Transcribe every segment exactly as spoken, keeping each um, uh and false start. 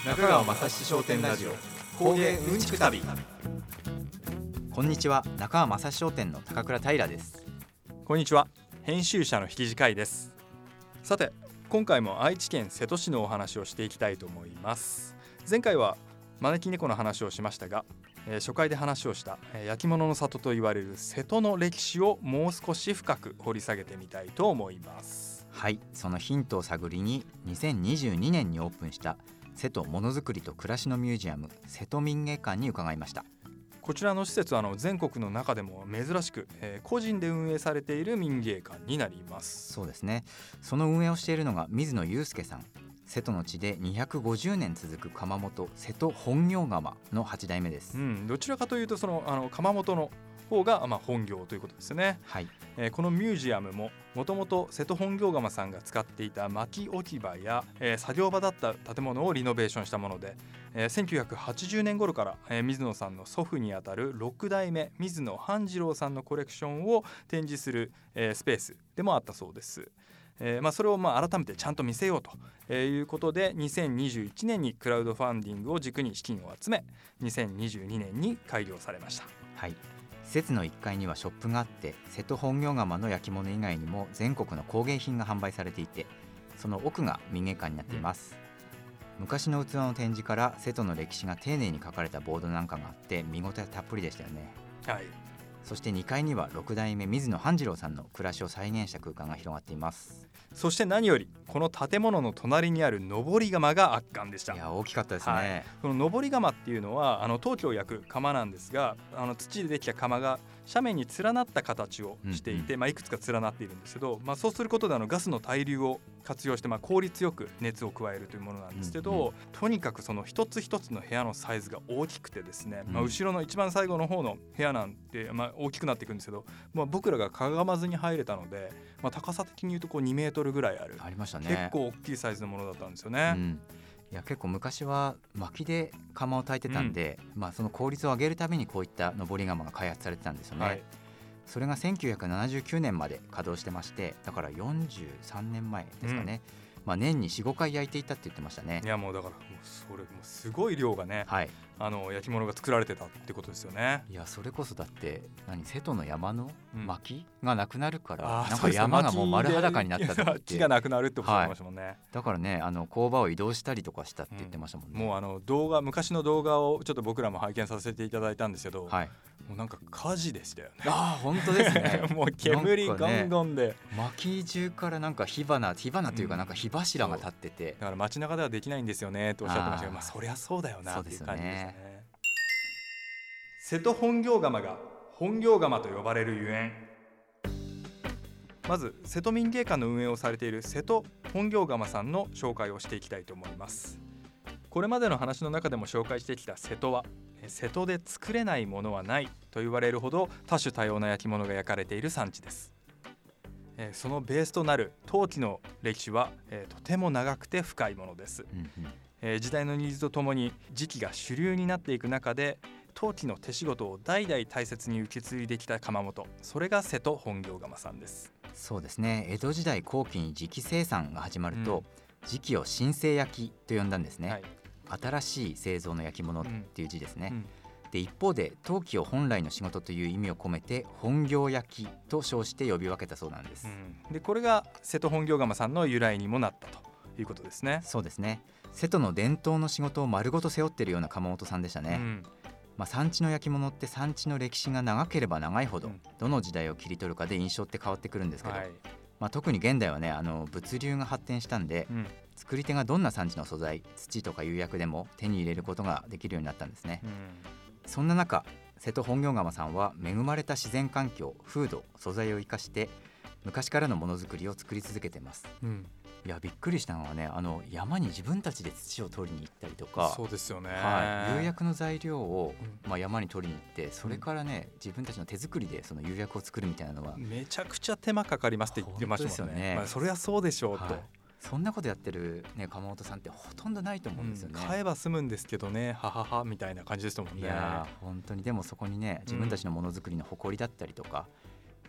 中川雅史商店ラジオ工芸うんちく旅。 こんにちは、中川雅史商店の高倉平です。 こんにちは、編集者の引地海です。さて、今回も愛知県瀬戸市のお話をしていきたいと思います。前回は招き猫の話をしましたが、えー、初回で話をした、えー、焼き物の里と言われる瀬戸の歴史をもう少し深く掘り下げてみたいと思います。 はい、そのヒントを探りににせんにじゅうにねんにオープンした瀬戸ものづくりと暮らしのミュージアム瀬戸民芸館に伺いました。 こちらの施設はあの全国の中でも珍しく、えー、個人で運営されている民芸館になります。 そうですね、その運営をしているのが水野祐介さん。瀬戸の地でにひゃくごじゅうねん続く窯元瀬戸本業窯のはちだいめです、 うん、どちらかというとそのあの窯元の方がまあ本業ということですね。 はい、 えー、このミュージアムももともと瀬戸本業窯さんが使っていた薪置き場や、えー、作業場だった建物をリノベーションしたもので、えー、せんきゅうひゃくはちじゅうねん頃から、えー、水野さんの祖父にあたるろくだいめ水野半次郎さんのコレクションを展示する、えー、スペースでもあったそうです。えーまあ、それをまあ改めてちゃんと見せようということでにせんにじゅういちねんにクラウドファンディングを軸に資金を集めにせんにじゅうにねんに開業されました。 はい、施設のいっかいにはショップがあって瀬戸本業窯の焼き物以外にも全国の工芸品が販売されていて、その奥が民芸館になっています、うん、昔の器の展示から瀬戸の歴史が丁寧に書かれたボードなんかがあって見応えたっぷりでしたよね。 はい、 そしてにかいにはろくだいめ水野半次郎さんの暮らしを再現した空間が広がっています。 そして何よりこの建物の隣にある上り窯が圧巻でした。 いや大きかったですね、はい、 この上り窯っていうのはあの陶器を焼く窯なんですが、あの土でできた窯が斜面に連なった形をしていて、うんうん、まあ、いくつか連なっているんですけど、まあ、そうすることであのガスの対流を活用して、まあ、効率よく熱を加えるというものなんですけど、うんうん、とにかくその一つ一つの部屋のサイズが大きくてですね、うん、まあ、後ろの一番最後の方の部屋なんて、まあ、大きくなっていくんですけど、まあ、僕らがかがまずに入れたので、まあ、高さ的に言うとこうにメートルぐらいある、 ありましたね、 結構大きいサイズのものだったんですよね、 うん、いや結構昔は薪で窯を焚いてたんで、うん、まあ、その効率を上げるためにこういった上り窯が開発されてたんですよね、はい、それがせんきゅうひゃくななじゅうきゅうねんまで稼働してまして、だからよんじゅうさんねんまえですかね、うん、まあ、年に よん,ご 回焼いていたって言ってましたね。 いやもうだからもうそれもうすごい量がね、 はい、 あの焼き物が作られてたってことですよね。 いやそれこそだって何瀬戸の山の薪がなくなるから、 うん、 なんか山がもう丸裸になったとかって木がなくなるってこと言ってましたもんね、はい、 だからねあの工場を移動したりとかしたって言ってましたもんね、 うん、もうあの動画昔の動画をちょっと僕らも拝見させていただいたんですけど、 はい、 もうなんか火事でしたよね。 あ本当ですねもう煙ゴンゴンで、ね、 薪中からなんか火花火花というかなんか火柱が立ってて、 うん、だから街中ではできないんですよねとおっしゃってましたけど、まあ、そりゃそうだよなっていう感じでしたね。瀬戸本業窯が本業窯と呼ばれるゆえん。まず瀬戸民芸館の運営をされている瀬戸本業窯さんの紹介をしていきたいと思います。これまでの話の中でも紹介してきた瀬戸は瀬戸で作れないものはないと言われるほど多種多様な焼き物が焼かれている産地です。そのベースとなる陶器の歴史はとても長くて深いものです、うんうん、時代のニーズとともに磁器が主流になっていく中で陶器の手仕事を代々大切に受け継いできた窯元、それが瀬戸本業窯さんです。 そうですね、江戸時代後期に磁器生産が始まると、うん、磁器を新製焼きと呼んだんですね、はい、新しい製造の焼き物っていう字ですね、うんうん、で一方で陶器を本来の仕事という意味を込めて本業焼きと称して呼び分けたそうなんです、 うん、でこれが瀬戸本業窯さんの由来にもなったということですね。 そうですね、瀬戸の伝統の仕事を丸ごと背負っているような窯元さんでしたね、うん、まあ、産地の焼き物って産地の歴史が長ければ長いほど、うん、どの時代を切り取るかで印象って変わってくるんですけど、はい、まあ、特に現代はねあの物流が発展したんで、うん、作り手がどんな産地の素材土とか釉薬でも手に入れることができるようになったんですね、うん、そんな中瀬戸本業窯さんは恵まれた自然環境、風土、素材を生かして昔からのものづくりを作り続けています、うん、いやびっくりしたのはね、あの山に自分たちで土を取りに行ったりとか、 そうですよね、 はい、釉薬の材料を、うん、まあ、山に取りに行ってそれからね、うん、自分たちの手作りでその釉薬を作るみたいなのはめちゃくちゃ手間かかりますって言ってましたもんね。ね、まあ、それはそうでしょうと、はい、 そんなことやってる、ね、窯元さんってほとんどないと思うんですよね、 うん、買えば済むんですけどね、はははみたいな感じですもんね。 いや本当にでもそこにね自分たちのものづくりの誇りだったりとか、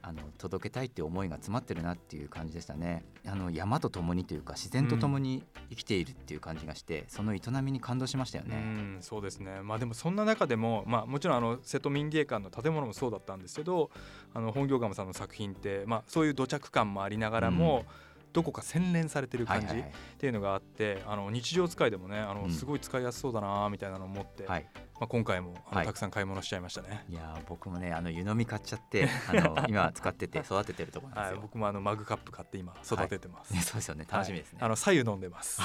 あの届けたいっていう思いが詰まってるなっていう感じでしたね。あの山と共にというか自然と共に生きているっていう感じがして、うん、その営みに感動しましたよね。 うん、そうですね。まあでもそんな中でも、まあ、もちろんあの瀬戸民芸館の建物もそうだったんですけど、あの本行釜さんの作品って、まあ、そういう土着感もありながらも、うんどこか洗練されてる感じっていうのがあって、はいはいはい、あの日常使いでもねあのすごい使いやすそうだなみたいなのを思って、うんまあ、今回もあの、はい、たくさん買い物しちゃいましたね。 いや僕もねあの湯飲み買っちゃってあの今使ってて育ててるところなんですよ、 はい、僕もあのマグカップ買って今育ててます、 はい、そうですよね楽しみですね、 はい、あの白湯飲んでます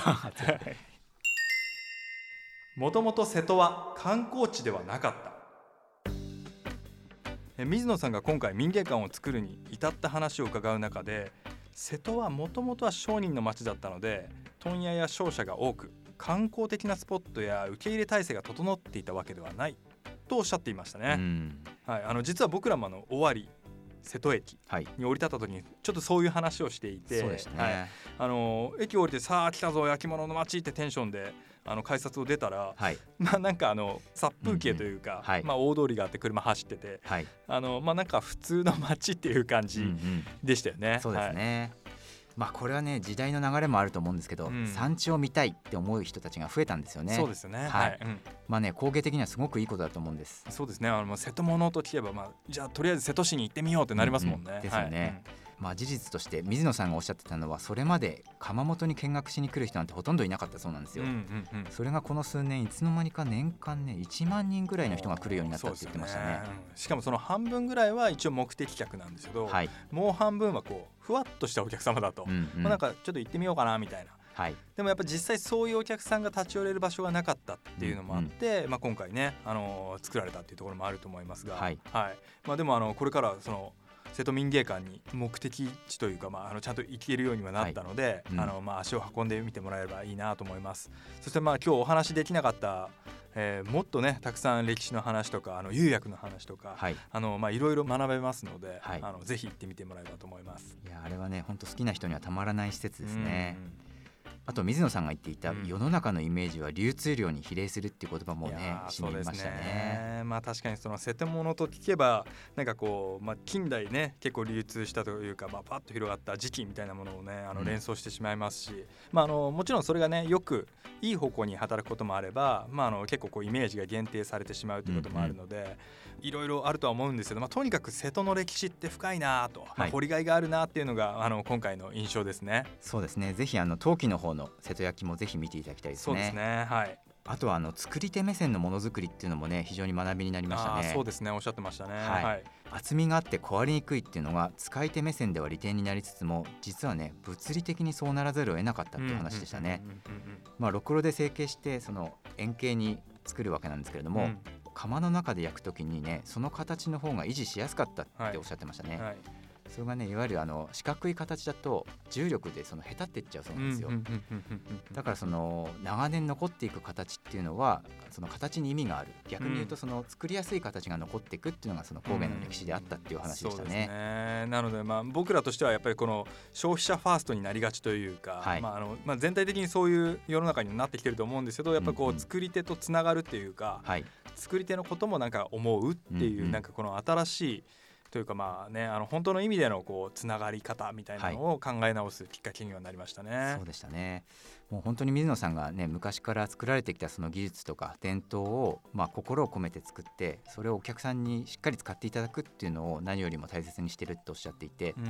もともと瀬戸は観光地ではなかった。水野さんが今回民芸館を作るに至った話を伺う中で、瀬戸はもともとは商人の町だったので問屋や商社が多く観光的なスポットや受け入れ体制が整っていたわけではないとおっしゃっていましたね、うんはい、あの実は僕らもあの尾張瀬戸駅に降り立った時にちょっとそういう話をしていて、 そうでしたね、 はい、あの駅降りてさあ来たぞ焼き物の町ってテンションであの改札を出たら、はい、まあなんかあの殺風景というか、うんうんはいまあ、大通りがあって車走ってて、はいあのまあ、なんか普通の街っていう感じでしたよね、うんうん、 そうですね、はいまあ、これはね時代の流れもあると思うんですけど、うん、産地を見たいって思う人たちが増えたんですよね。 そうですね、はいはいうんまあね、工芸的にはすごくいいことだと思うんです。 そうですねあの瀬戸物と聞けば、まあ、じゃあとりあえず瀬戸市に行ってみようってなりますもんね、 うんうん、ですよね、はいうんまあ、事実として水野さんがおっしゃってたのはそれまで窯元に見学しに来る人なんてほとんどいなかったそうなんですよ、うんうんうん、それがこの数年いつの間にか年間ねいちまんにんぐらいの人が来るようになったって言ってました ね, ね、 うん、しかもその半分ぐらいは一応目的客なんですけど、はい、もう半分はこうふわっとしたお客様だと、うんうんまあ、なんかちょっと行ってみようかなみたいな、はい、でもやっぱ実際そういうお客さんが立ち寄れる場所がなかったっていうのもあって、うんうんまあ、今回ね、あのー、作られたっていうところもあると思いますが、はいはいまあ、でもあのこれからその瀬戸民芸館に目的地というか、まあ、あのちゃんと行けるようにはなったので、はいうんあのまあ、足を運んでみてもらえればいいなと思います。そしてまあ今日お話できなかった、えー、もっとねたくさん歴史の話とかあの釉薬の話とか、はいあのまあ、いろいろ学べますので、はい、あのぜひ行ってみてもらえればと思います。 いやあれはね本当好きな人にはたまらない施設ですね。うんあと水野さんが言っていた、うん、世の中のイメージは流通量に比例するっていう言葉もね染みました ね, ね、 まあ、確かにその瀬戸物と聞けばなんかこう、まあ、近代ね結構流通したというか、まあ、パッと広がった時期みたいなものをねあの連想してしまいますし、うんまあ、あのもちろんそれがねよくいい方向に働くこともあれば、まあ、あの結構こうイメージが限定されてしまうということもあるので、うんうんいろいろあるとは思うんですけど、まあ、とにかく瀬戸の歴史って深いなと、はいまあ、掘りがいがあるなっていうのがあの今回の印象ですね。 そうですねぜひあの陶器の方の瀬戸焼もぜひ見ていただきたいですね。 そうですねはいあとはあの作り手目線のものづくりっていうのもね非常に学びになりましたね。 あそうですねおっしゃってましたね、 はいはい、厚みがあって壊れにくいっていうのが使い手目線では利点になりつつも実はね物理的にそうならざるを得なかったっていう話でしたね。ろくろで成形してその円形に作るわけなんですけれども、うん窯の中で焼くときにねその形の方が維持しやすかったっておっしゃってましたね、はいはい、それがねいわゆるあの四角い形だと重力でそのへたっていっちゃうそうなんですよ。だからその長年残っていく形っていうのはその形に意味がある。逆に言うとその作りやすい形が残っていくっていうのがその工芸の歴史であったっていう話でしたね、うん、そうですね。 なのでまあ僕らとしてはやっぱりこの消費者ファーストになりがちというか、はいまああのまあ、全体的にそういう世の中になってきてると思うんですけどやっぱこう作り手とつながるっていうか、うんうんはい作り手のこともなんか思うっていう、うんうん、なんかこの新しいというかまあねあの本当の意味でのこうつながり方みたいなのを考え直すきっかけにはなりましたね、 はい、そうでしたね。もう本当に水野さんがね昔から作られてきたその技術とか伝統をまあ心を込めて作ってそれをお客さんにしっかり使っていただくっていうのを何よりも大切にしてるっておっしゃっていて、うん、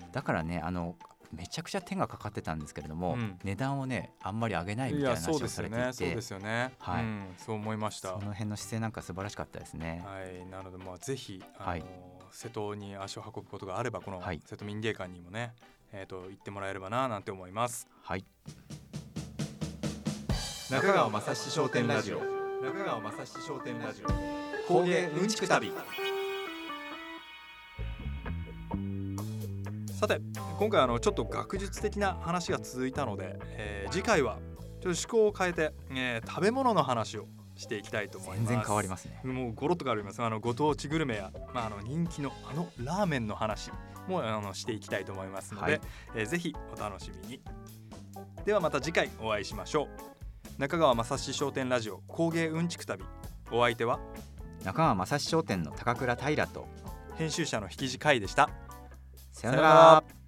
だからねあのめちゃくちゃ手がかかってたんですけれども、うん、値段をねあんまり上げないみたいな話をされていて、 そうですよね、はい、うん、そう思いました。 その辺の姿勢なんか素晴らしかったですね。 はい、なのでまあぜひあの、はい、瀬戸に足を運ぶことがあればこの瀬戸民芸館にもね、はいえー、と行ってもらえればななんて思います。 はい。 中川雅史商店ラジオ中川雅史商店ラジオ工芸うんちく旅。 さて今回あのちょっと学術的な話が続いたので、えー、次回はちょっと趣向を変えて、えー、食べ物の話をしていきたいと思います。 全然変わりますね。 もうゴロッと変わります。あのご当地グルメや、まあ、あの人気のあのラーメンの話もあのしていきたいと思いますので、はいえー、ぜひお楽しみに。ではまた次回お会いしましょう。中川雅史商店ラジオ工芸うんちく旅。お相手は中川雅史商店の高倉平と編集者の引地海でした。 さようなら。